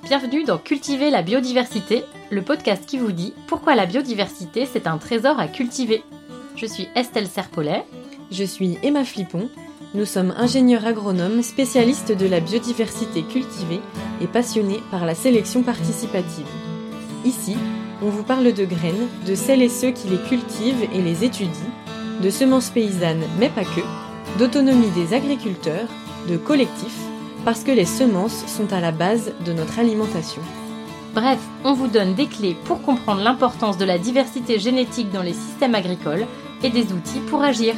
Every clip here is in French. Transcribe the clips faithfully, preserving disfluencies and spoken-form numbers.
Bienvenue dans Cultiver la biodiversité, le podcast qui vous dit pourquoi la biodiversité c'est un trésor à cultiver. Je suis Estelle Serpollet. Je suis Emma Flippon. Nous sommes ingénieurs agronomes spécialistes de la biodiversité cultivée et passionnés par la sélection participative. Ici, on vous parle de graines, de celles et ceux qui les cultivent et les étudient, de semences paysannes mais pas que, d'autonomie des agriculteurs, de collectifs, parce que les semences sont à la base de notre alimentation. Bref, on vous donne des clés pour comprendre l'importance de la diversité génétique dans les systèmes agricoles et des outils pour agir.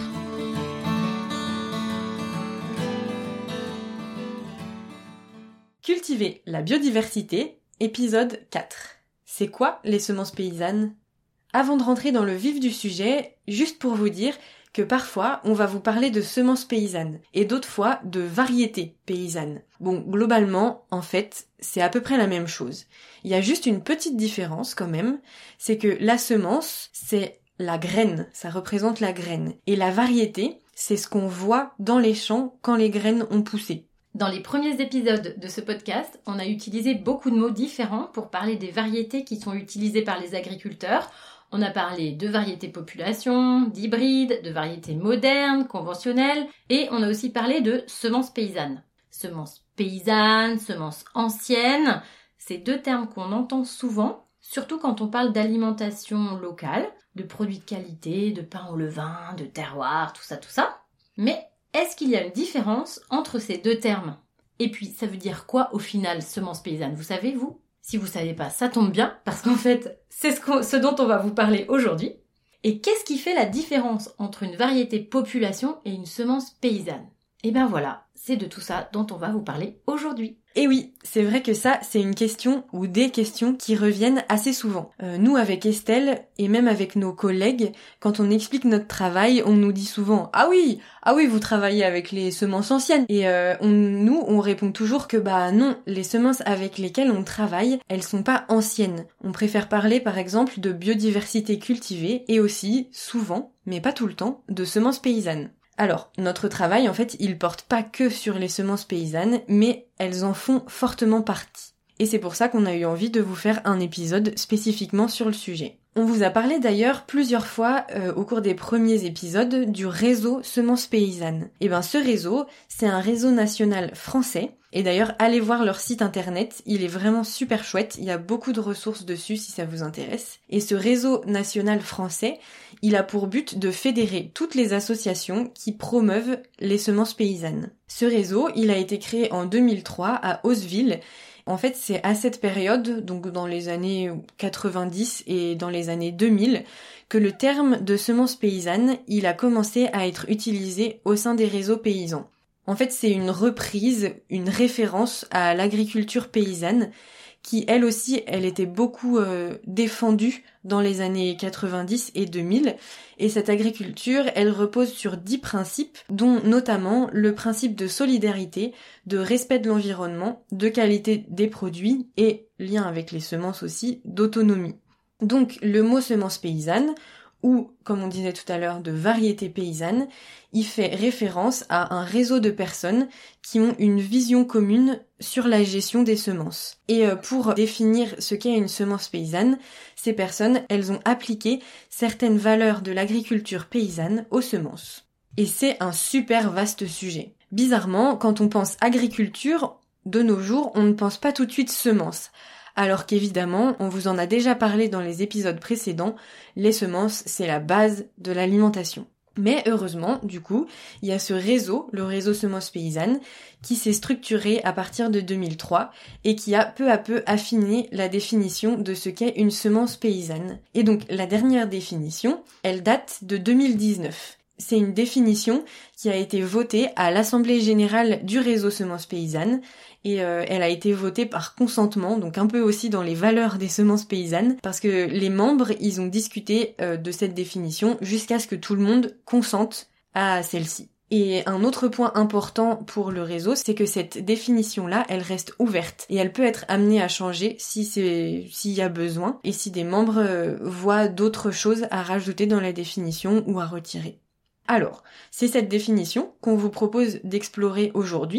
Cultiver la biodiversité, épisode quatre. C'est quoi les semences paysannes ? Avant de rentrer dans le vif du sujet, juste pour vous dire que parfois, on va vous parler de semences paysannes et d'autres fois de variétés paysannes. Bon, globalement, en fait, c'est à peu près la même chose. Il y a juste une petite différence quand même, c'est que la semence, c'est la graine, ça représente la graine. Et la variété, c'est ce qu'on voit dans les champs quand les graines ont poussé. Dans les premiers épisodes de ce podcast, on a utilisé beaucoup de mots différents pour parler des variétés qui sont utilisées par les agriculteurs. On a parlé de variétés population, d'hybrides, de variétés modernes, conventionnelles, et on a aussi parlé de semences paysannes. Semences paysannes, semences anciennes, c'est deux termes qu'on entend souvent, surtout quand on parle d'alimentation locale, de produits de qualité, de pain au levain, de terroir, tout ça, tout ça. Mais est-ce qu'il y a une différence entre ces deux termes ? Et puis, ça veut dire quoi au final, semences paysannes ? Vous savez, vous ? Si vous savez pas, ça tombe bien, parce qu'en fait, c'est ce, qu'on, ce dont on va vous parler aujourd'hui. Et qu'est-ce qui fait la différence entre une variété population et une semence paysanne ? Et ben voilà, c'est de tout ça dont on va vous parler aujourd'hui. Et oui, c'est vrai que ça, c'est une question ou des questions qui reviennent assez souvent. Euh, nous, avec Estelle, et même avec nos collègues, quand on explique notre travail, on nous dit souvent « Ah oui, ah oui, vous travaillez avec les semences anciennes !» Et euh, on, nous, on répond toujours que bah non, les semences avec lesquelles on travaille, elles sont pas anciennes. On préfère parler par exemple de biodiversité cultivée et aussi, souvent, mais pas tout le temps, de semences paysannes. Alors, notre travail, en fait, il porte pas que sur les semences paysannes, mais elles en font fortement partie. Et c'est pour ça qu'on a eu envie de vous faire un épisode spécifiquement sur le sujet. On vous a parlé d'ailleurs plusieurs fois euh, au cours des premiers épisodes du réseau Semences Paysannes. Et ben ce réseau, c'est un réseau national français. Et d'ailleurs, allez voir leur site internet, il est vraiment super chouette, il y a beaucoup de ressources dessus si ça vous intéresse. Et ce réseau national français, il a pour but de fédérer toutes les associations qui promeuvent les semences paysannes. Ce réseau, il a été créé en deux mille trois à Haussville. En fait, c'est à cette période, donc dans les années quatre-vingt-dix et dans les années deux mille, que le terme de semences paysannes, il a commencé à être utilisé au sein des réseaux paysans. En fait, c'est une reprise, une référence à l'agriculture paysanne qui, elle aussi, elle était beaucoup euh, défendue dans les années quatre-vingt-dix et deux mille. Et cette agriculture, elle repose sur dix principes, dont notamment le principe de solidarité, de respect de l'environnement, de qualité des produits et, lien avec les semences aussi, d'autonomie. Donc, le mot semence paysanne, ou, comme on disait tout à l'heure, de variété paysanne, il fait référence à un réseau de personnes qui ont une vision commune sur la gestion des semences. Et pour définir ce qu'est une semence paysanne, ces personnes, elles ont appliqué certaines valeurs de l'agriculture paysanne aux semences. Et c'est un super vaste sujet. Bizarrement, quand on pense agriculture, de nos jours, on ne pense pas tout de suite semences. Alors qu'évidemment, on vous en a déjà parlé dans les épisodes précédents, les semences, c'est la base de l'alimentation. Mais heureusement, du coup, il y a ce réseau, le réseau Semences Paysannes, qui s'est structuré à partir de deux mille trois et qui a peu à peu affiné la définition de ce qu'est une semence paysanne. Et donc, la dernière définition, elle date de deux mille dix-neuf. C'est une définition qui a été votée à l'Assemblée Générale du réseau Semences Paysannes et euh, elle a été votée par consentement, donc un peu aussi dans les valeurs des semences paysannes, parce que les membres, ils ont discuté euh, de cette définition jusqu'à ce que tout le monde consente à celle-ci. Et un autre point important pour le réseau, c'est que cette définition-là, elle reste ouverte et elle peut être amenée à changer si c'est, s'il y a besoin et si des membres euh, voient d'autres choses à rajouter dans la définition ou à retirer. Alors, c'est cette définition qu'on vous propose d'explorer aujourd'hui.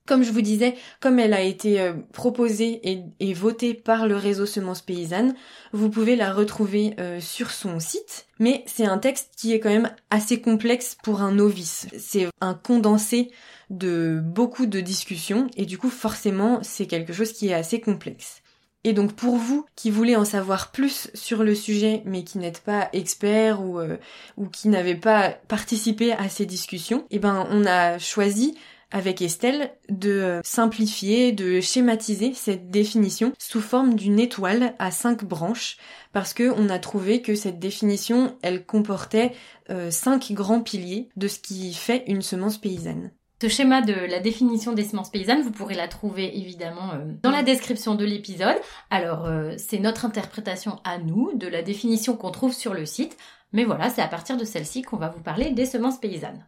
Comme je vous disais, comme elle a été euh, proposée et, et votée par le réseau Semences Paysannes, vous pouvez la retrouver euh, sur son site, mais c'est un texte qui est quand même assez complexe pour un novice. C'est un condensé de beaucoup de discussions et du coup forcément c'est quelque chose qui est assez complexe. Et donc pour vous qui voulez en savoir plus sur le sujet mais qui n'êtes pas expert ou, euh, ou qui n'avez pas participé à ces discussions, eh ben on a choisi avec Estelle de simplifier, de schématiser cette définition sous forme d'une étoile à cinq branches parce que on a trouvé que cette définition elle comportait euh, cinq grands piliers de ce qui fait une semence paysanne. Ce schéma de la définition des semences paysannes, vous pourrez la trouver évidemment euh, dans la description de l'épisode. Alors, euh, c'est notre interprétation à nous de la définition qu'on trouve sur le site. Mais voilà, c'est à partir de celle-ci qu'on va vous parler des semences paysannes.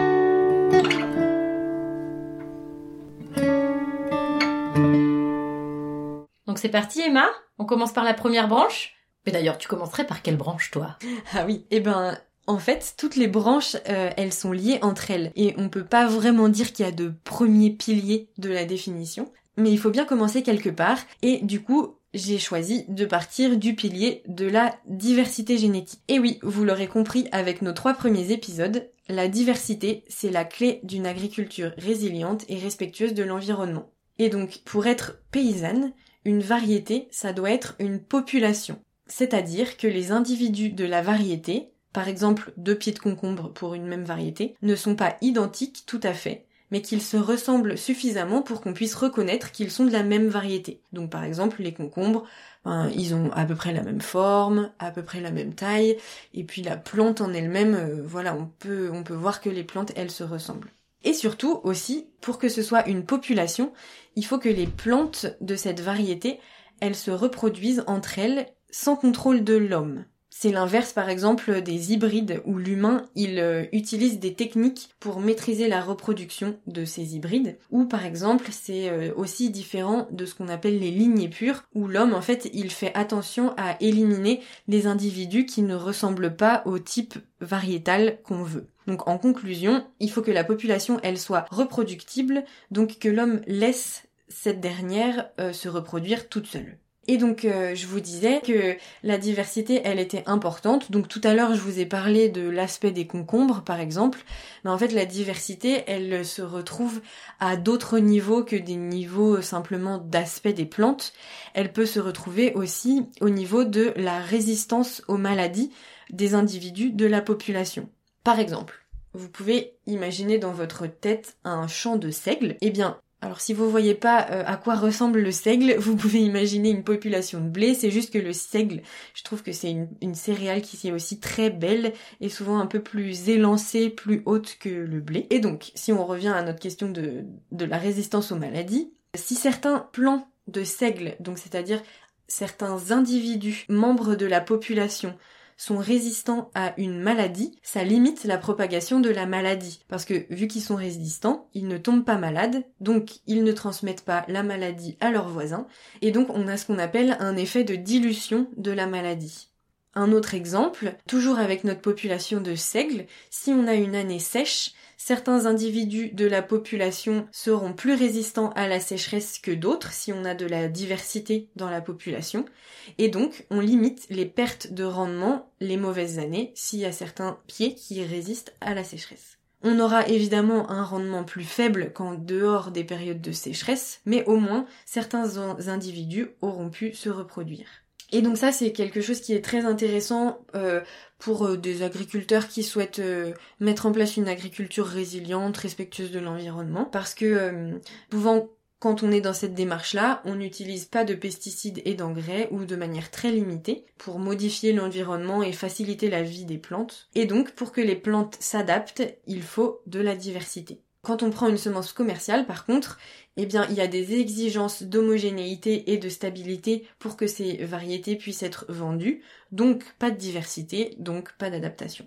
Donc c'est parti Emma, on commence par la première branche. Mais d'ailleurs, tu commencerais par quelle branche toi ? Ah oui, eh ben... En fait, toutes les branches, euh, elles sont liées entre elles. Et on peut pas vraiment dire qu'il y a de premiers piliers de la définition. Mais il faut bien commencer quelque part. Et du coup, j'ai choisi de partir du pilier de la diversité génétique. Et oui, vous l'aurez compris avec nos trois premiers épisodes, la diversité, c'est la clé d'une agriculture résiliente et respectueuse de l'environnement. Et donc, pour être paysanne, une variété, ça doit être une population. C'est-à-dire que les individus de la variété, par exemple deux pieds de concombre pour une même variété, ne sont pas identiques tout à fait, mais qu'ils se ressemblent suffisamment pour qu'on puisse reconnaître qu'ils sont de la même variété. Donc par exemple, les concombres, ben, ils ont à peu près la même forme, à peu près la même taille, et puis la plante en elle-même, euh, voilà, on peut, on peut voir que les plantes, elles se ressemblent. Et surtout aussi, pour que ce soit une population, il faut que les plantes de cette variété, elles se reproduisent entre elles sans contrôle de l'homme. C'est l'inverse par exemple des hybrides où l'humain il euh, utilise des techniques pour maîtriser la reproduction de ces hybrides, ou par exemple c'est euh, aussi différent de ce qu'on appelle les lignées pures où l'homme en fait il fait attention à éliminer les individus qui ne ressemblent pas au type variétal qu'on veut. Donc en conclusion, il faut que la population elle soit reproductible, donc que l'homme laisse cette dernière euh, se reproduire toute seule. Et donc euh, je vous disais que la diversité elle était importante, donc tout à l'heure je vous ai parlé de l'aspect des concombres par exemple, mais en fait la diversité elle se retrouve à d'autres niveaux que des niveaux simplement d'aspect des plantes, elle peut se retrouver aussi au niveau de la résistance aux maladies des individus de la population. Par exemple, vous pouvez imaginer dans votre tête un champ de seigle, et bien alors si vous voyez pas euh, à quoi ressemble le seigle, vous pouvez imaginer une population de blé, c'est juste que le seigle, je trouve que c'est une, une céréale qui est aussi très belle et souvent un peu plus élancée, plus haute que le blé. Et donc, si on revient à notre question de, de la résistance aux maladies, si certains plants de seigle, donc c'est-à-dire certains individus membres de la population, sont résistants à une maladie, ça limite la propagation de la maladie. Parce que vu qu'ils sont résistants, ils ne tombent pas malades, donc ils ne transmettent pas la maladie à leurs voisins, et donc on a ce qu'on appelle un effet de dilution de la maladie. Un autre exemple, toujours avec notre population de seigles, si on a une année sèche, certains individus de la population seront plus résistants à la sécheresse que d'autres si on a de la diversité dans la population. Et donc, on limite les pertes de rendement les mauvaises années s'il y a certains pieds qui résistent à la sécheresse. On aura évidemment un rendement plus faible qu'en dehors des périodes de sécheresse, mais au moins, certains individus auront pu se reproduire. Et donc ça, c'est quelque chose qui est très intéressant euh, pour euh, des agriculteurs qui souhaitent euh, mettre en place une agriculture résiliente, respectueuse de l'environnement, parce que euh, souvent, quand on est dans cette démarche-là, on n'utilise pas de pesticides et d'engrais ou de manière très limitée pour modifier l'environnement et faciliter la vie des plantes. Et donc, pour que les plantes s'adaptent, il faut de la diversité. Quand on prend une semence commerciale, par contre, eh bien, il y a des exigences d'homogénéité et de stabilité pour que ces variétés puissent être vendues. Donc, pas de diversité, donc pas d'adaptation.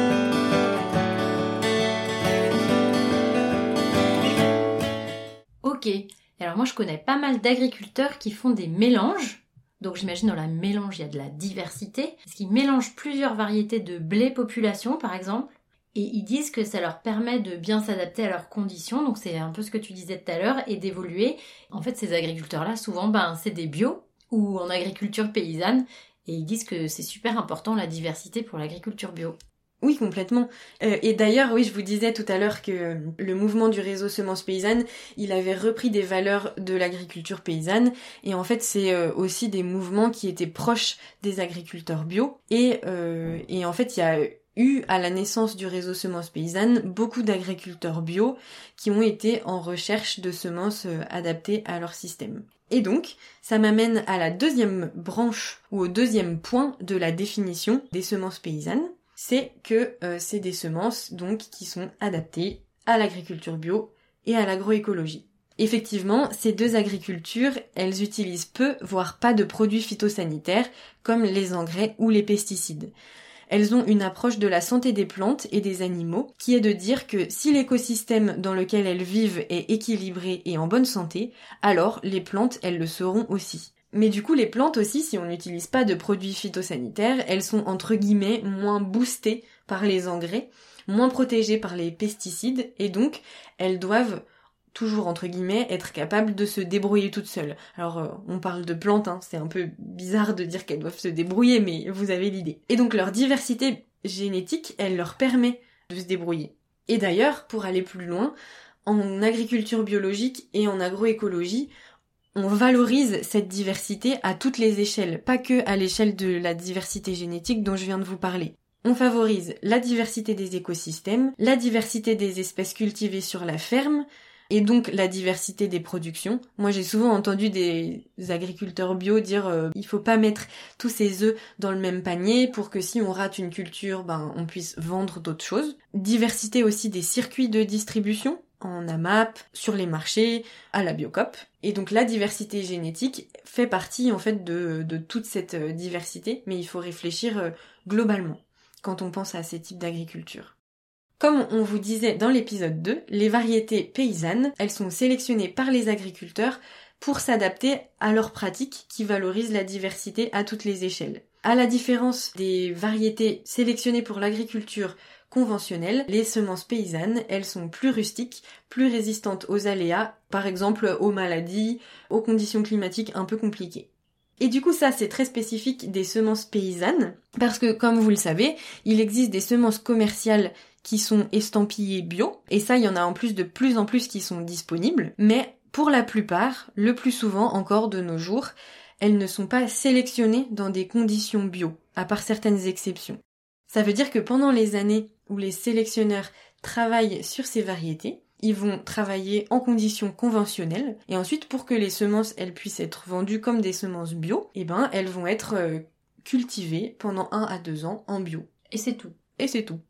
Ok. Alors moi, je connais pas mal d'agriculteurs qui font des mélanges. Donc j'imagine dans la mélange, il y a de la diversité. Est-ce qu'ils mélangent plusieurs variétés de blé population, par exemple ? Et ils disent que ça leur permet de bien s'adapter à leurs conditions, donc c'est un peu ce que tu disais tout à l'heure, et d'évoluer. En fait, ces agriculteurs-là, souvent, ben, c'est des bio ou en agriculture paysanne, et ils disent que c'est super important la diversité pour l'agriculture bio. Oui, complètement. Euh, et d'ailleurs, oui, je vous disais tout à l'heure que le mouvement du réseau Semences Paysannes, il avait repris des valeurs de l'agriculture paysanne. Et en fait, c'est euh, aussi des mouvements qui étaient proches des agriculteurs bio. Et, euh, et en fait, il y a eu, à la naissance du réseau Semences Paysannes, beaucoup d'agriculteurs bio qui ont été en recherche de semences euh, adaptées à leur système. Et donc, ça m'amène à la deuxième branche, ou au deuxième point de la définition des semences paysannes. C'est que euh, c'est des semences donc qui sont adaptées à l'agriculture bio et à l'agroécologie. Effectivement, ces deux agricultures, elles utilisent peu, voire pas de produits phytosanitaires comme les engrais ou les pesticides. Elles ont une approche de la santé des plantes et des animaux qui est de dire que si l'écosystème dans lequel elles vivent est équilibré et en bonne santé, alors les plantes, elles le seront aussi. Mais du coup, les plantes aussi, si on n'utilise pas de produits phytosanitaires, elles sont entre guillemets moins boostées par les engrais, moins protégées par les pesticides, et donc elles doivent toujours entre guillemets être capables de se débrouiller toutes seules. Alors euh, on parle de plantes, hein, c'est un peu bizarre de dire qu'elles doivent se débrouiller, mais vous avez l'idée. Et donc leur diversité génétique, elle leur permet de se débrouiller. Et d'ailleurs, pour aller plus loin, en agriculture biologique et en agroécologie, on valorise cette diversité à toutes les échelles, pas que à l'échelle de la diversité génétique dont je viens de vous parler. On favorise la diversité des écosystèmes, la diversité des espèces cultivées sur la ferme, et donc la diversité des productions. Moi j'ai souvent entendu des agriculteurs bio dire euh, il faut pas mettre tous ses œufs dans le même panier pour que si on rate une culture, ben on puisse vendre d'autres choses. Diversité aussi des circuits de distribution, en A M A P, sur les marchés, à la Biocoop. Et donc la diversité génétique fait partie en fait de, de toute cette diversité, mais il faut réfléchir globalement quand on pense à ces types d'agriculture. Comme on vous disait dans l'épisode deux, les variétés paysannes, elles sont sélectionnées par les agriculteurs pour s'adapter à leurs pratiques qui valorisent la diversité à toutes les échelles. À la différence des variétés sélectionnées pour l'agriculture conventionnelle, les semences paysannes, elles sont plus rustiques, plus résistantes aux aléas, par exemple aux maladies, aux conditions climatiques un peu compliquées. Et du coup ça c'est très spécifique des semences paysannes, parce que comme vous le savez, il existe des semences commerciales qui sont estampillées bio, et ça il y en a en plus de plus en plus qui sont disponibles, mais pour la plupart, le plus souvent encore de nos jours, elles ne sont pas sélectionnées dans des conditions bio, à part certaines exceptions. Ça veut dire que pendant les années où les sélectionneurs travaillent sur ces variétés, ils vont travailler en conditions conventionnelles, et ensuite pour que les semences elles puissent être vendues comme des semences bio, eh ben elles vont être euh, cultivées pendant un à deux ans en bio. Et c'est tout. Et c'est tout.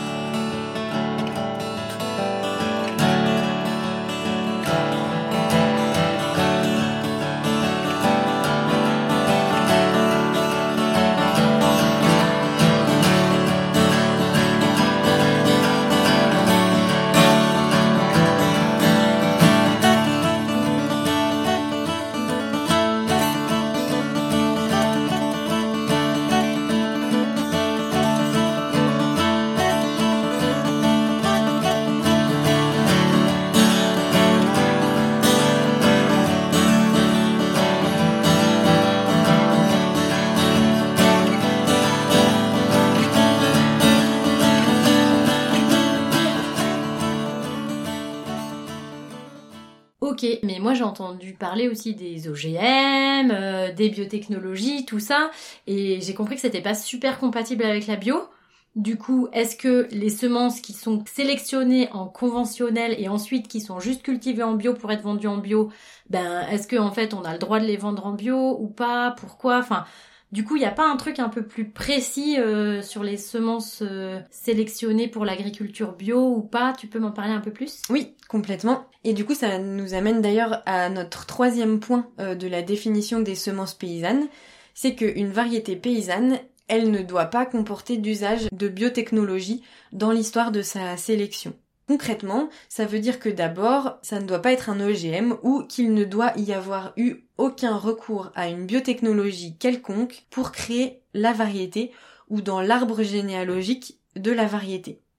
Ok, mais moi j'ai entendu parler aussi des O G M, euh, des biotechnologies, tout ça, et j'ai compris que c'était pas super compatible avec la bio. Du coup, est-ce que les semences qui sont sélectionnées en conventionnel et ensuite qui sont juste cultivées en bio pour être vendues en bio, ben est-ce que en fait on a le droit de les vendre en bio ou pas? Pourquoi? Enfin, du coup, il n'y a pas un truc un peu plus précis euh, sur les semences euh, sélectionnées pour l'agriculture bio ou pas? Tu peux m'en parler un peu plus? Oui, complètement. Et du coup, ça nous amène d'ailleurs à notre troisième point euh, de la définition des semences paysannes, c'est qu'une variété paysanne, elle ne doit pas comporter d'usage de biotechnologie dans l'histoire de sa sélection. Concrètement, ça veut dire que d'abord, ça ne doit pas être un O G M ou qu'il ne doit y avoir eu aucun recours à une biotechnologie quelconque pour créer la variété ou dans l'arbre généalogique de la variété.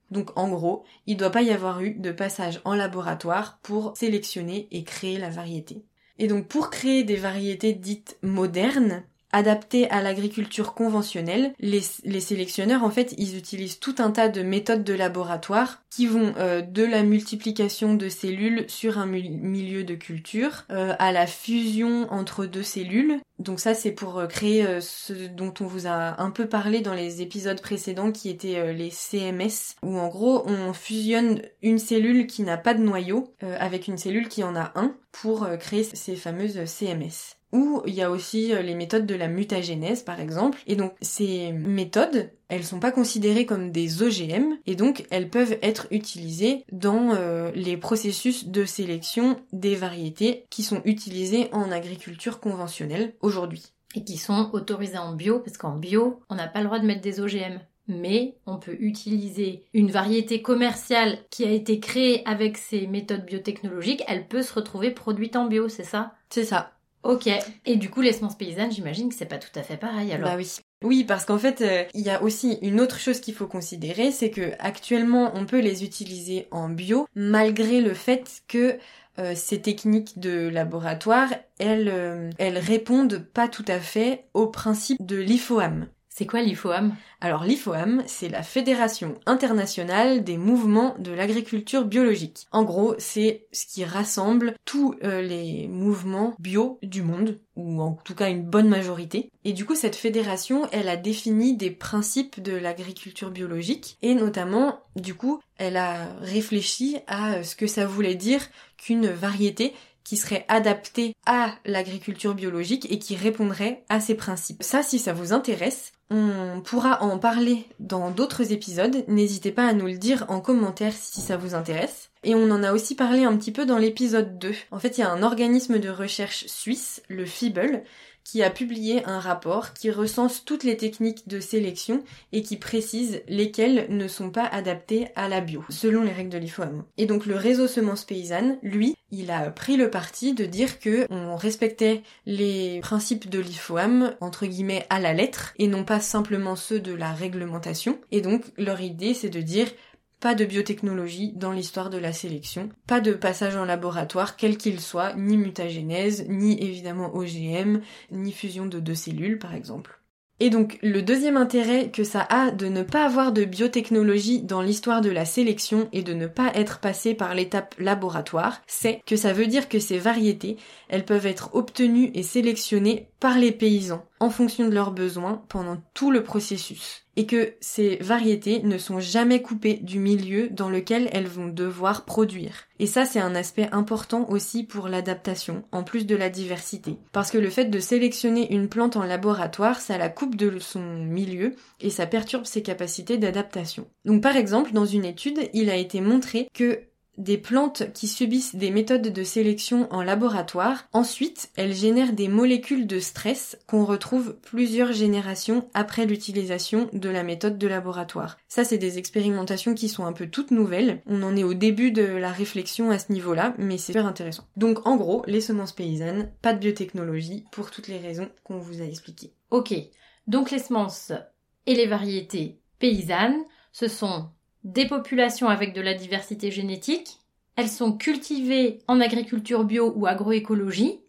Donc en gros, il ne doit pas y avoir eu de passage en laboratoire pour sélectionner et créer la variété. Et donc pour créer des variétés dites modernes, adaptées à l'agriculture conventionnelle, les, les sélectionneurs en fait ils utilisent tout un tas de méthodes de laboratoire qui vont euh, de la multiplication de cellules sur un mu- milieu de culture euh, à la fusion entre deux cellules. Donc ça c'est pour euh, créer euh, ce dont on vous a un peu parlé dans les épisodes précédents qui étaient euh, les C M S, où en gros on fusionne une cellule qui n'a pas de noyau euh, avec une cellule qui en a un pour euh, créer ces fameuses C M S. Ou il y a aussi les méthodes de la mutagénèse par exemple. Et donc ces méthodes, elles sont pas considérées comme des O G M et donc elles peuvent être utilisées dans euh, les processus de sélection des variétés qui sont utilisées en agriculture conventionnelle aujourd'hui. Et qui sont autorisées en bio, parce qu'en bio, on n'a pas le droit de mettre des O G M. Mais on peut utiliser une variété commerciale qui a été créée avec ces méthodes biotechnologiques, elle peut se retrouver produite en bio, c'est ça ? C'est ça. Ok. Et du coup, les semences paysannes, j'imagine que c'est pas tout à fait pareil alors. Bah oui. Oui, parce qu'en fait, euh, il y a aussi une autre chose qu'il faut considérer, c'est que actuellement, on peut les utiliser en bio, malgré le fait que euh, ces techniques de laboratoire, elles, euh, elles répondent pas tout à fait au principe de l'I F O A M. C'est quoi l'I F O A M ? Alors l'I F O A M, c'est la Fédération internationale des mouvements de l'agriculture biologique. En gros, c'est ce qui rassemble tous euh, les mouvements bio du monde, ou en tout cas une bonne majorité. Et du coup, cette fédération, elle a défini des principes de l'agriculture biologique, et notamment, du coup, elle a réfléchi à ce que ça voulait dire qu'une variété qui serait adaptée à l'agriculture biologique et qui répondrait à ces principes. Ça, si ça vous intéresse, on pourra en parler dans d'autres épisodes. N'hésitez pas à nous le dire en commentaire si ça vous intéresse. Et on en a aussi parlé un petit peu dans l'épisode deux. En fait, il y a un organisme de recherche suisse, le FIBEL, qui a publié un rapport qui recense toutes les techniques de sélection et qui précise lesquelles ne sont pas adaptées à la bio, selon les règles de l'I F O A M. Et donc le réseau Semences Paysannes, lui, il a pris le parti de dire que on respectait les principes de l'I F O A M, entre guillemets, à la lettre, et non pas simplement ceux de la réglementation. Et donc leur idée, c'est de dire pas de biotechnologie dans l'histoire de la sélection, pas de passage en laboratoire, quel qu'il soit, ni mutagénèse, ni évidemment O G M, ni fusion de deux cellules par exemple. Et donc le deuxième intérêt que ça a de ne pas avoir de biotechnologie dans l'histoire de la sélection et de ne pas être passé par l'étape laboratoire, c'est que ça veut dire que ces variétés, elles peuvent être obtenues et sélectionnées par les paysans en fonction de leurs besoins pendant tout le processus. Et que ces variétés ne sont jamais coupées du milieu dans lequel elles vont devoir produire. Et ça, c'est un aspect important aussi pour l'adaptation, en plus de la diversité. Parce que le fait de sélectionner une plante en laboratoire, ça la coupe de son milieu et ça perturbe ses capacités d'adaptation. Donc par exemple, dans une étude, il a été montré que des plantes qui subissent des méthodes de sélection en laboratoire, ensuite, elles génèrent des molécules de stress qu'on retrouve plusieurs générations après l'utilisation de la méthode de laboratoire. Ça, c'est des expérimentations qui sont un peu toutes nouvelles. On en est au début de la réflexion à ce niveau-là, mais c'est super intéressant. Donc, en gros, les semences paysannes, pas de biotechnologie, pour toutes les raisons qu'on vous a expliquées. Ok, donc les semences et les variétés paysannes, ce sont des populations avec de la diversité génétique, elles sont cultivées en agriculture bio ou agroécologie,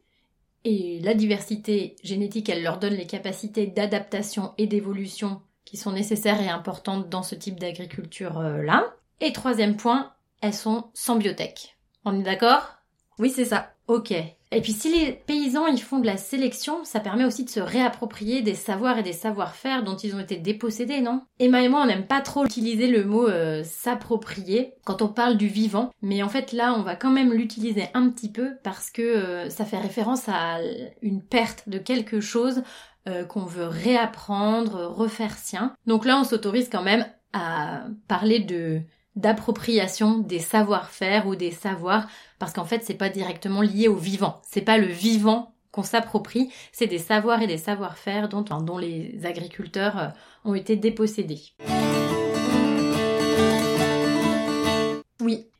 et la diversité génétique, elle leur donne les capacités d'adaptation et d'évolution qui sont nécessaires et importantes dans ce type d'agriculture-là. Et troisième point, elles sont sans biotech. On est d'accord ? Oui, c'est ça. Ok. Et puis si les paysans ils font de la sélection, ça permet aussi de se réapproprier des savoirs et des savoir-faire dont ils ont été dépossédés, non ? Emma et moi, on n'aime pas trop utiliser le mot euh, s'approprier quand on parle du vivant, mais en fait là, on va quand même l'utiliser un petit peu parce que euh, ça fait référence à une perte de quelque chose euh, qu'on veut réapprendre, refaire sien. Donc là, on s'autorise quand même à parler de d'appropriation des savoir-faire ou des savoirs, parce qu'en fait, c'est pas directement lié au vivant. C'est pas le vivant qu'on s'approprie, c'est des savoirs et des savoir-faire dont, dont les agriculteurs ont été dépossédés. Oui.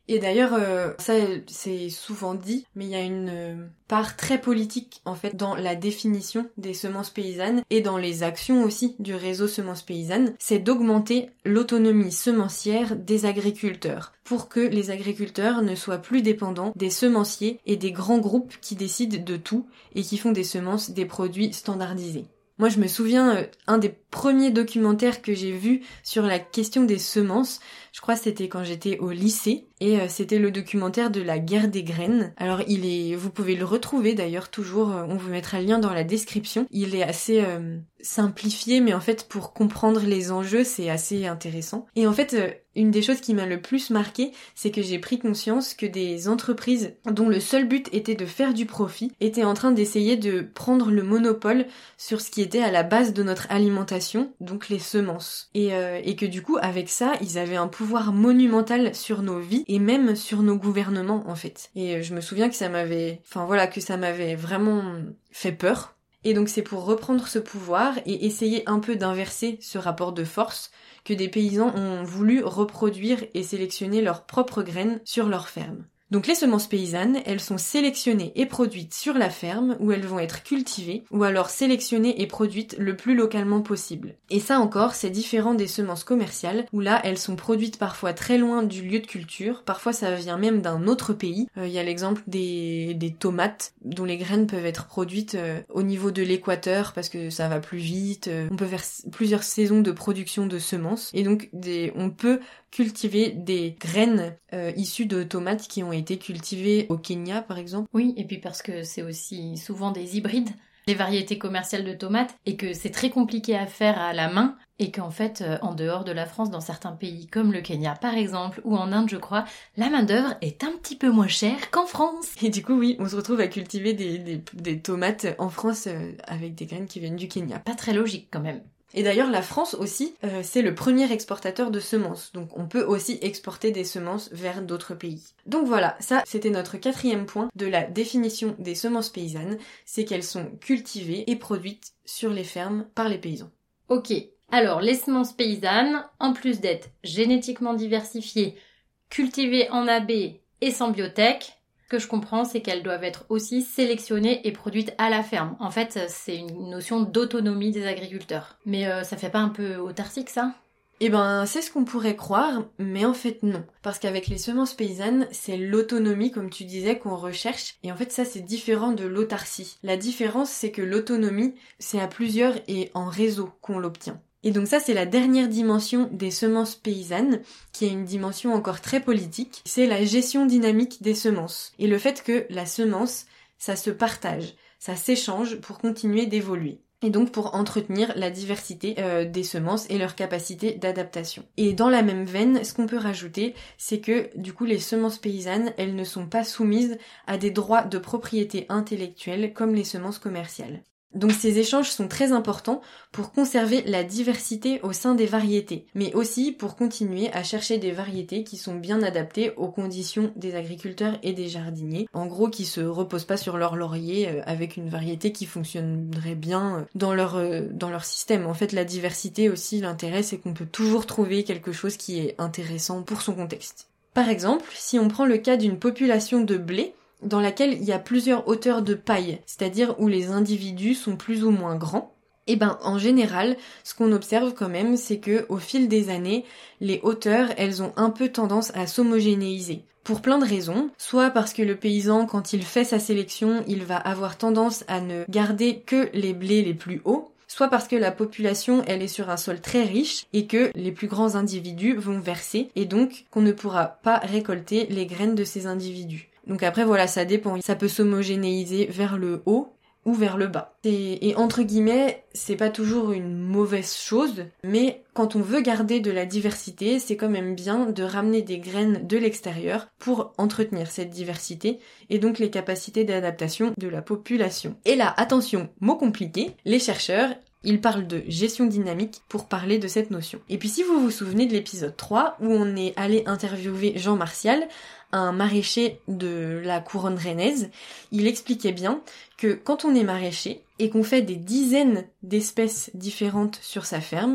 Et d'ailleurs, euh, ça c'est souvent dit, mais il y a une euh, part très politique en fait dans la définition des semences paysannes et dans les actions aussi du réseau semences paysannes, c'est d'augmenter l'autonomie semencière des agriculteurs pour que les agriculteurs ne soient plus dépendants des semenciers et des grands groupes qui décident de tout et qui font des semences des produits standardisés. Moi, je me souviens, euh, un des premiers documentaires que j'ai vu sur la question des semences, je crois que c'était quand j'étais au lycée, et euh, c'était le documentaire de la guerre des graines. Alors, il est, vous pouvez le retrouver d'ailleurs toujours, euh, on vous mettra le lien dans la description. Il est assez euh, simplifié, mais en fait, pour comprendre les enjeux, c'est assez intéressant. Et en fait, euh, une des choses qui m'a le plus marqué, c'est que j'ai pris conscience que des entreprises dont le seul but était de faire du profit étaient en train d'essayer de prendre le monopole sur ce qui était à la base de notre alimentation, donc les semences. Et, euh, et que du coup, avec ça, ils avaient un pouvoir monumental sur nos vies et même sur nos gouvernements, en fait. Et je me souviens que ça m'avait... Enfin voilà, que ça m'avait vraiment fait peur. Et donc c'est pour reprendre ce pouvoir et essayer un peu d'inverser ce rapport de force que des paysans ont voulu reproduire et sélectionner leurs propres graines sur leur ferme. Donc les semences paysannes, elles sont sélectionnées et produites sur la ferme où elles vont être cultivées, ou alors sélectionnées et produites le plus localement possible. Et ça encore, c'est différent des semences commerciales, où là, elles sont produites parfois très loin du lieu de culture, parfois ça vient même d'un autre pays. Il euh, y a l'exemple des, des tomates, dont les graines peuvent être produites euh, au niveau de l'équateur, parce que ça va plus vite, euh, on peut faire plusieurs saisons de production de semences, et donc des, on peut cultiver des graines euh, issues de tomates qui ont été cultivées au Kenya par exemple. Oui, et puis parce que c'est aussi souvent des hybrides, les variétés commerciales de tomates, et que c'est très compliqué à faire à la main, et qu'en fait, euh, en dehors de la France, dans certains pays comme le Kenya par exemple, ou en Inde je crois, la main d'œuvre est un petit peu moins chère qu'en France. Et du coup oui, on se retrouve à cultiver des, des, des tomates en France euh, avec des graines qui viennent du Kenya. Pas très logique quand même. Et d'ailleurs, la France aussi, euh, c'est le premier exportateur de semences. Donc on peut aussi exporter des semences vers d'autres pays. Donc voilà, ça c'était notre quatrième point de la définition des semences paysannes. C'est qu'elles sont cultivées et produites sur les fermes par les paysans. Ok, alors les semences paysannes, en plus d'être génétiquement diversifiées, cultivées en A B et sans biotech, ce que je comprends, c'est qu'elles doivent être aussi sélectionnées et produites à la ferme. En fait, c'est une notion d'autonomie des agriculteurs. Mais euh, ça fait pas un peu autarcique, ça ? Eh ben, c'est ce qu'on pourrait croire, mais en fait non. Parce qu'avec les semences paysannes, c'est l'autonomie, comme tu disais, qu'on recherche. Et en fait, ça, c'est différent de l'autarcie. La différence, c'est que l'autonomie, c'est à plusieurs et en réseau qu'on l'obtient. Et donc ça, c'est la dernière dimension des semences paysannes, qui est une dimension encore très politique. C'est la gestion dynamique des semences. Et le fait que la semence, ça se partage, ça s'échange pour continuer d'évoluer. Et donc pour entretenir la diversité euh, des semences et leur capacité d'adaptation. Et dans la même veine, ce qu'on peut rajouter, c'est que du coup les semences paysannes, elles ne sont pas soumises à des droits de propriété intellectuelle comme les semences commerciales. Donc ces échanges sont très importants pour conserver la diversité au sein des variétés, mais aussi pour continuer à chercher des variétés qui sont bien adaptées aux conditions des agriculteurs et des jardiniers. En gros, qui se reposent pas sur leur laurier avec une variété qui fonctionnerait bien dans leur, dans leur système. En fait, la diversité aussi, l'intérêt, c'est qu'on peut toujours trouver quelque chose qui est intéressant pour son contexte. Par exemple, si on prend le cas d'une population de blé, dans laquelle il y a plusieurs hauteurs de paille, c'est-à-dire où les individus sont plus ou moins grands, et ben en général, ce qu'on observe quand même, c'est que au fil des années, les hauteurs, elles ont un peu tendance à s'homogénéiser. Pour plein de raisons, soit parce que le paysan, quand il fait sa sélection, il va avoir tendance à ne garder que les blés les plus hauts, soit parce que la population, elle est sur un sol très riche et que les plus grands individus vont verser, et donc qu'on ne pourra pas récolter les graines de ces individus. Donc après voilà, ça dépend, ça peut s'homogénéiser vers le haut ou vers le bas. Et, et entre guillemets, c'est pas toujours une mauvaise chose, mais quand on veut garder de la diversité, c'est quand même bien de ramener des graines de l'extérieur pour entretenir cette diversité et donc les capacités d'adaptation de la population. Et là, attention, mot compliqué, les chercheurs, ils parlent de gestion dynamique pour parler de cette notion. Et puis si vous vous souvenez de l'épisode trois, où on est allé interviewer Jean Martial, un maraîcher de la couronne rennaise, il expliquait bien que quand on est maraîcher et qu'on fait des dizaines d'espèces différentes sur sa ferme,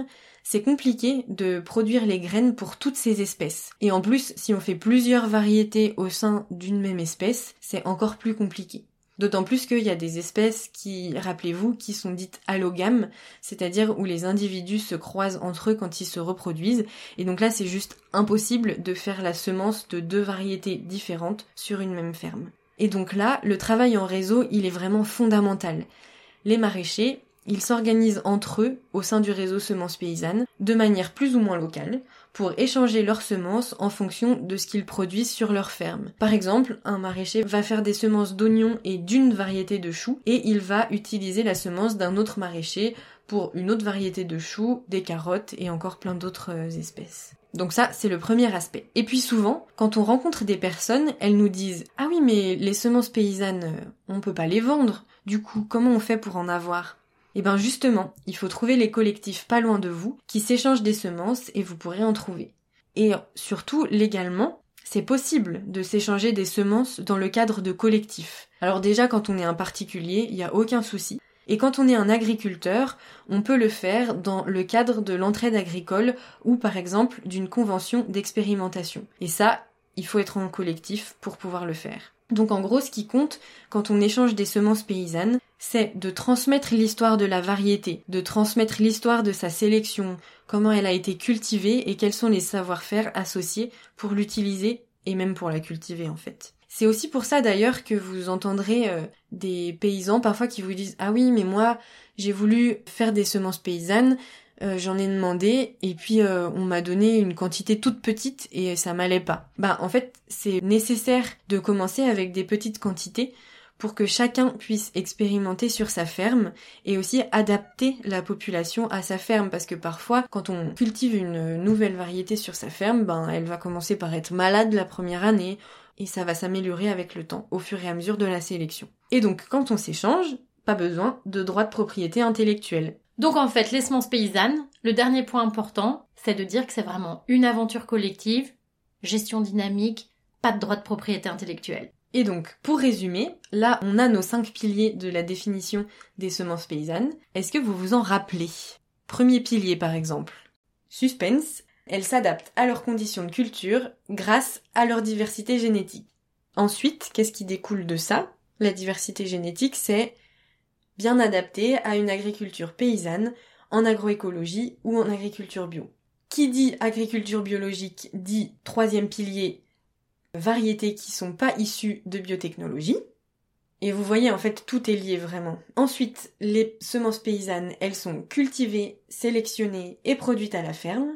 c'est compliqué de produire les graines pour toutes ces espèces. Et en plus, si on fait plusieurs variétés au sein d'une même espèce, c'est encore plus compliqué. D'autant plus qu'il y a des espèces qui, rappelez-vous, qui sont dites allogames, c'est-à-dire où les individus se croisent entre eux quand ils se reproduisent, et donc là c'est juste impossible de faire la semence de deux variétés différentes sur une même ferme. Et donc là, le travail en réseau, il est vraiment fondamental. Les maraîchers, ils s'organisent entre eux, au sein du réseau Semences Paysannes, de manière plus ou moins locale, pour échanger leurs semences en fonction de ce qu'ils produisent sur leur ferme. Par exemple, un maraîcher va faire des semences d'oignons et d'une variété de choux, et il va utiliser la semence d'un autre maraîcher pour une autre variété de choux, des carottes et encore plein d'autres espèces. Donc ça, c'est le premier aspect. Et puis souvent, quand on rencontre des personnes, elles nous disent « Ah oui, mais les semences paysannes, on peut pas les vendre. Du coup, comment on fait pour en avoir ?» Et ben justement, il faut trouver les collectifs pas loin de vous qui s'échangent des semences et vous pourrez en trouver. Et surtout, légalement, c'est possible de s'échanger des semences dans le cadre de collectifs. Alors déjà, quand on est un particulier, il n'y a aucun souci. Et quand on est un agriculteur, on peut le faire dans le cadre de l'entraide agricole ou par exemple d'une convention d'expérimentation. Et ça, il faut être en collectif pour pouvoir le faire. Donc en gros, ce qui compte quand on échange des semences paysannes, c'est de transmettre l'histoire de la variété, de transmettre l'histoire de sa sélection, comment elle a été cultivée et quels sont les savoir-faire associés pour l'utiliser et même pour la cultiver en fait. C'est aussi pour ça d'ailleurs que vous entendrez euh, des paysans parfois qui vous disent « Ah oui, mais moi, j'ai voulu faire des semences paysannes, euh, j'en ai demandé et puis euh, on m'a donné une quantité toute petite et ça m'allait pas. » Bah en fait, c'est nécessaire de commencer avec des petites quantités pour que chacun puisse expérimenter sur sa ferme et aussi adapter la population à sa ferme parce que parfois quand on cultive une nouvelle variété sur sa ferme, ben elle va commencer par être malade la première année et ça va s'améliorer avec le temps au fur et à mesure de la sélection. Et donc quand on s'échange, pas besoin de droit de propriété intellectuelle. Donc en fait, les semences paysannes, le dernier point important, c'est de dire que c'est vraiment une aventure collective, gestion dynamique, pas de droit de propriété intellectuelle. Et donc, pour résumer, là, on a nos cinq piliers de la définition des semences paysannes. Est-ce que vous vous en rappelez ? Premier pilier, par exemple. Suspense. Elles s'adaptent à leurs conditions de culture grâce à leur diversité génétique. Ensuite, qu'est-ce qui découle de ça ? La diversité génétique, c'est bien adapté à une agriculture paysanne, en agroécologie ou en agriculture bio. Qui dit agriculture biologique dit troisième pilier, variétés qui sont pas issues de biotechnologie. Et vous voyez, en fait, tout est lié vraiment. Ensuite, les semences paysannes, elles sont cultivées, sélectionnées et produites à la ferme.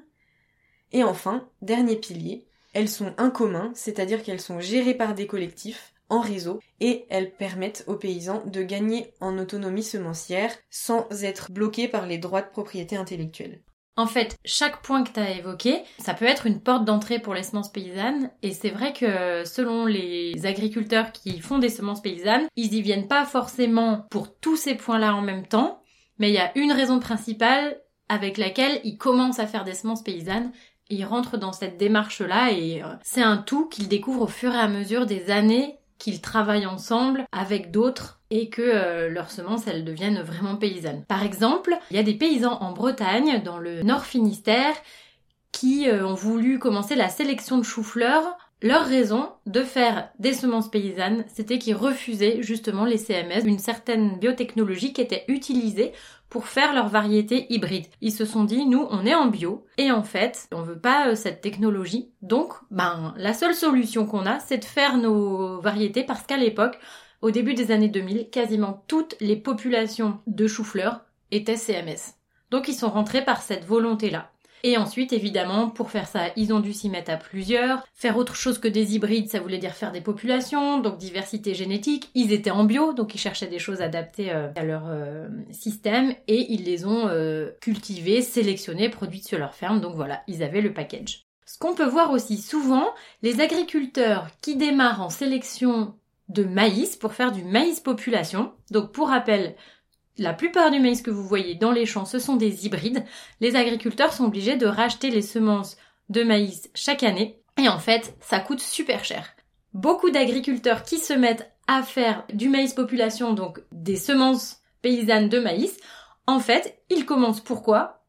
Et enfin, dernier pilier, elles sont en commun, c'est-à-dire qu'elles sont gérées par des collectifs, en réseau, et elles permettent aux paysans de gagner en autonomie semencière sans être bloqués par les droits de propriété intellectuelle. En fait, chaque point que tu as évoqué, ça peut être une porte d'entrée pour les semences paysannes. Et c'est vrai que selon les agriculteurs qui font des semences paysannes, ils y viennent pas forcément pour tous ces points-là en même temps. Mais il y a une raison principale avec laquelle ils commencent à faire des semences paysannes. Et ils rentrent dans cette démarche-là et c'est un tout qu'ils découvrent au fur et à mesure des années qu'ils travaillent ensemble avec d'autres et que euh, leurs semences, elles deviennent vraiment paysannes. Par exemple, il y a des paysans en Bretagne, dans le Nord Finistère, qui euh, ont voulu commencer la sélection de choux-fleurs. Leur raison de faire des semences paysannes, c'était qu'ils refusaient justement les C M S, une certaine biotechnologie qui était utilisée pour faire leurs variétés hybrides. Ils se sont dit, nous, on est en bio, et en fait, on veut pas euh, cette technologie. Donc, ben, la seule solution qu'on a, c'est de faire nos variétés, parce qu'à l'époque, au début des années deux mille, quasiment toutes les populations de choux-fleurs étaient C M S. Donc, ils sont rentrés par cette volonté-là. Et ensuite, évidemment, pour faire ça, ils ont dû s'y mettre à plusieurs. Faire autre chose que des hybrides, ça voulait dire faire des populations, donc diversité génétique. Ils étaient en bio, donc ils cherchaient des choses adaptées euh, à leur euh, système. Et ils les ont euh, cultivées, sélectionnées, produites sur leur ferme. Donc voilà, ils avaient le package. Ce qu'on peut voir aussi souvent, les agriculteurs qui démarrent en sélection de maïs pour faire du maïs population. Donc pour rappel, la plupart du maïs que vous voyez dans les champs, ce sont des hybrides. Les agriculteurs sont obligés de racheter les semences de maïs chaque année. Et en fait, ça coûte super cher. Beaucoup d'agriculteurs qui se mettent à faire du maïs population, donc des semences paysannes de maïs, en fait, ils commencent pourquoi ?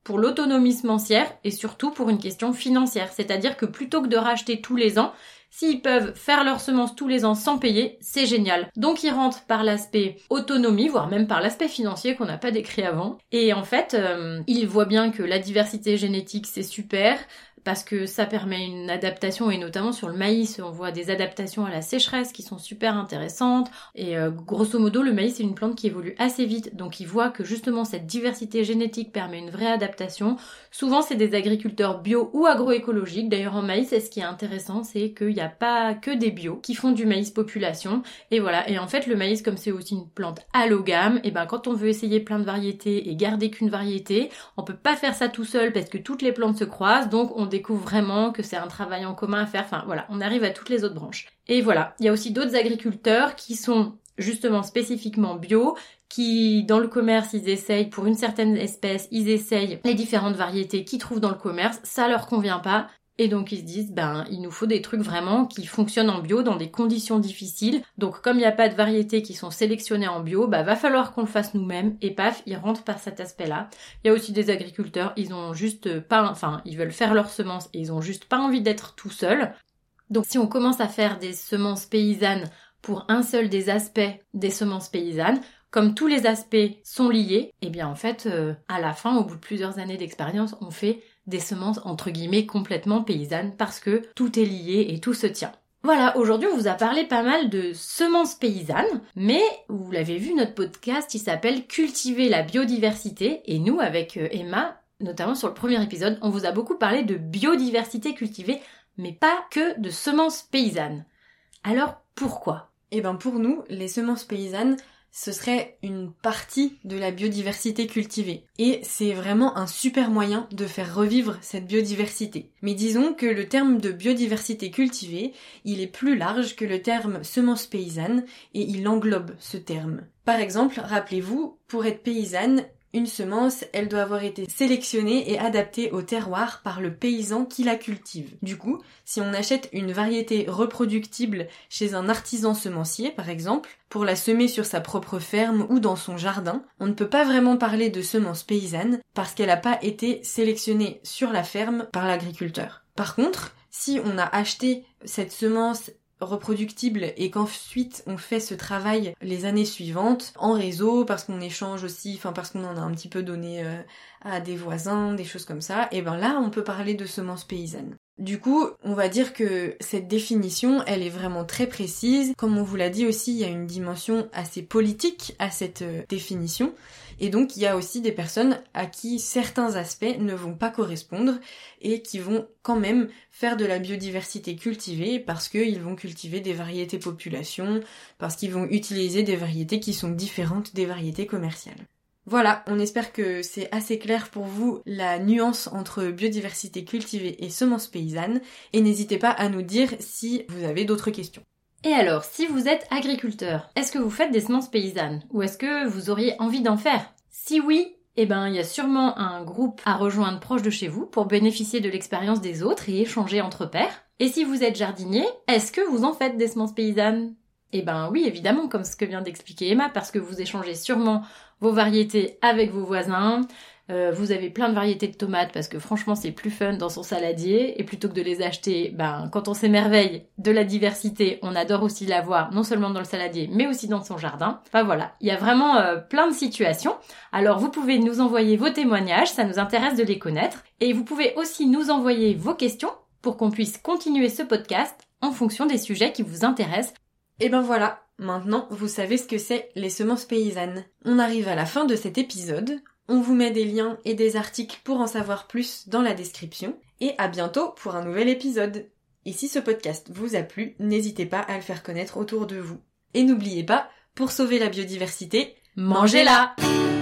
pour l'autonomie semencière et surtout pour une question financière. C'est-à-dire que plutôt que de racheter tous les ans, s'ils peuvent faire leurs semences tous les ans sans payer, c'est génial. Donc ils rentrent par l'aspect autonomie, voire même par l'aspect financier qu'on n'a pas décrit avant. Et en fait, euh, ils voient bien que la diversité génétique, c'est super, parce que ça permet une adaptation, et notamment sur le maïs, on voit des adaptations à la sécheresse qui sont super intéressantes. Et euh, grosso modo, le maïs, c'est une plante qui évolue assez vite, donc ils voient que justement cette diversité génétique permet une vraie adaptation. Souvent, c'est des agriculteurs bio ou agroécologiques. D'ailleurs, en maïs, ce qui est intéressant, c'est qu'il n'y a pas que des bio qui font du maïs population. Et voilà. Et en fait, le maïs, comme c'est aussi une plante allogame, et ben quand on veut essayer plein de variétés et garder qu'une variété, on peut pas faire ça tout seul parce que toutes les plantes se croisent, donc on découvre vraiment que c'est un travail en commun à faire. Enfin voilà, on arrive à toutes les autres branches. Et voilà, il y a aussi d'autres agriculteurs qui sont justement spécifiquement bio, qui dans le commerce ils essayent pour une certaine espèce, ils essayent les différentes variétés qu'ils trouvent dans le commerce, ça leur convient pas. Et donc ils se disent, ben il nous faut des trucs vraiment qui fonctionnent en bio dans des conditions difficiles. Donc comme il n'y a pas de variétés qui sont sélectionnées en bio, bah va falloir qu'on le fasse nous-mêmes. Et paf, ils rentrent par cet aspect-là. Il y a aussi des agriculteurs, ils ont juste pas, enfin ils veulent faire leurs semences et ils ont juste pas envie d'être tout seuls. Donc si on commence à faire des semences paysannes pour un seul des aspects des semences paysannes, comme tous les aspects sont liés, et bien en fait, euh, à la fin, au bout de plusieurs années d'expérience, on fait des semences entre guillemets complètement paysannes parce que tout est lié et tout se tient. Voilà, aujourd'hui on vous a parlé pas mal de semences paysannes, mais vous l'avez vu, notre podcast il s'appelle Cultiver la biodiversité, et nous avec Emma, notamment sur le premier épisode, on vous a beaucoup parlé de biodiversité cultivée, mais pas que de semences paysannes. Alors pourquoi ? Eh ben pour nous, les semences paysannes, ce serait une partie de la biodiversité cultivée. Et c'est vraiment un super moyen de faire revivre cette biodiversité. Mais disons que le terme de biodiversité cultivée, il est plus large que le terme semence paysanne, et il englobe ce terme. Par exemple, rappelez-vous, pour être paysanne, une semence, elle doit avoir été sélectionnée et adaptée au terroir par le paysan qui la cultive. Du coup, si on achète une variété reproductible chez un artisan semencier, par exemple, pour la semer sur sa propre ferme ou dans son jardin, on ne peut pas vraiment parler de semence paysanne parce qu'elle n'a pas été sélectionnée sur la ferme par l'agriculteur. Par contre, si on a acheté cette semence reproductible et qu'ensuite on fait ce travail les années suivantes en réseau parce qu'on échange aussi, enfin parce qu'on en a un petit peu donné euh, à des voisins, des choses comme ça, et ben là on peut parler de semences paysannes. Du coup, on va dire que cette définition, elle est vraiment très précise. Comme on vous l'a dit aussi, il y a une dimension assez politique à cette euh, définition. Et donc, il y a aussi des personnes à qui certains aspects ne vont pas correspondre et qui vont quand même faire de la biodiversité cultivée parce qu'ils vont cultiver des variétés population, parce qu'ils vont utiliser des variétés qui sont différentes des variétés commerciales. Voilà, on espère que c'est assez clair pour vous la nuance entre biodiversité cultivée et semences paysannes, et n'hésitez pas à nous dire si vous avez d'autres questions. Et alors, si vous êtes agriculteur, est-ce que vous faites des semences paysannes ou est-ce que vous auriez envie d'en faire ? Si oui, eh ben, il y a sûrement un groupe à rejoindre proche de chez vous pour bénéficier de l'expérience des autres et échanger entre pairs. Et si vous êtes jardinier, est-ce que vous en faites des semences paysannes ? Eh ben oui, évidemment, comme ce que vient d'expliquer Emma, parce que vous échangez sûrement vos variétés avec vos voisins, euh, vous avez plein de variétés de tomates parce que franchement c'est plus fun dans son saladier, et plutôt que de les acheter, ben quand on s'émerveille de la diversité, on adore aussi l'avoir non seulement dans le saladier mais aussi dans son jardin. Enfin voilà, il y a vraiment euh, plein de situations. Alors vous pouvez nous envoyer vos témoignages, ça nous intéresse de les connaître, et vous pouvez aussi nous envoyer vos questions pour qu'on puisse continuer ce podcast en fonction des sujets qui vous intéressent. Et ben voilà, maintenant vous savez ce que c'est les semences paysannes. On arrive à la fin de cet épisode, on vous met des liens et des articles pour en savoir plus dans la description, et à bientôt pour un nouvel épisode. Et si ce podcast vous a plu, n'hésitez pas à le faire connaître autour de vous. Et n'oubliez pas, pour sauver la biodiversité, mangez-la!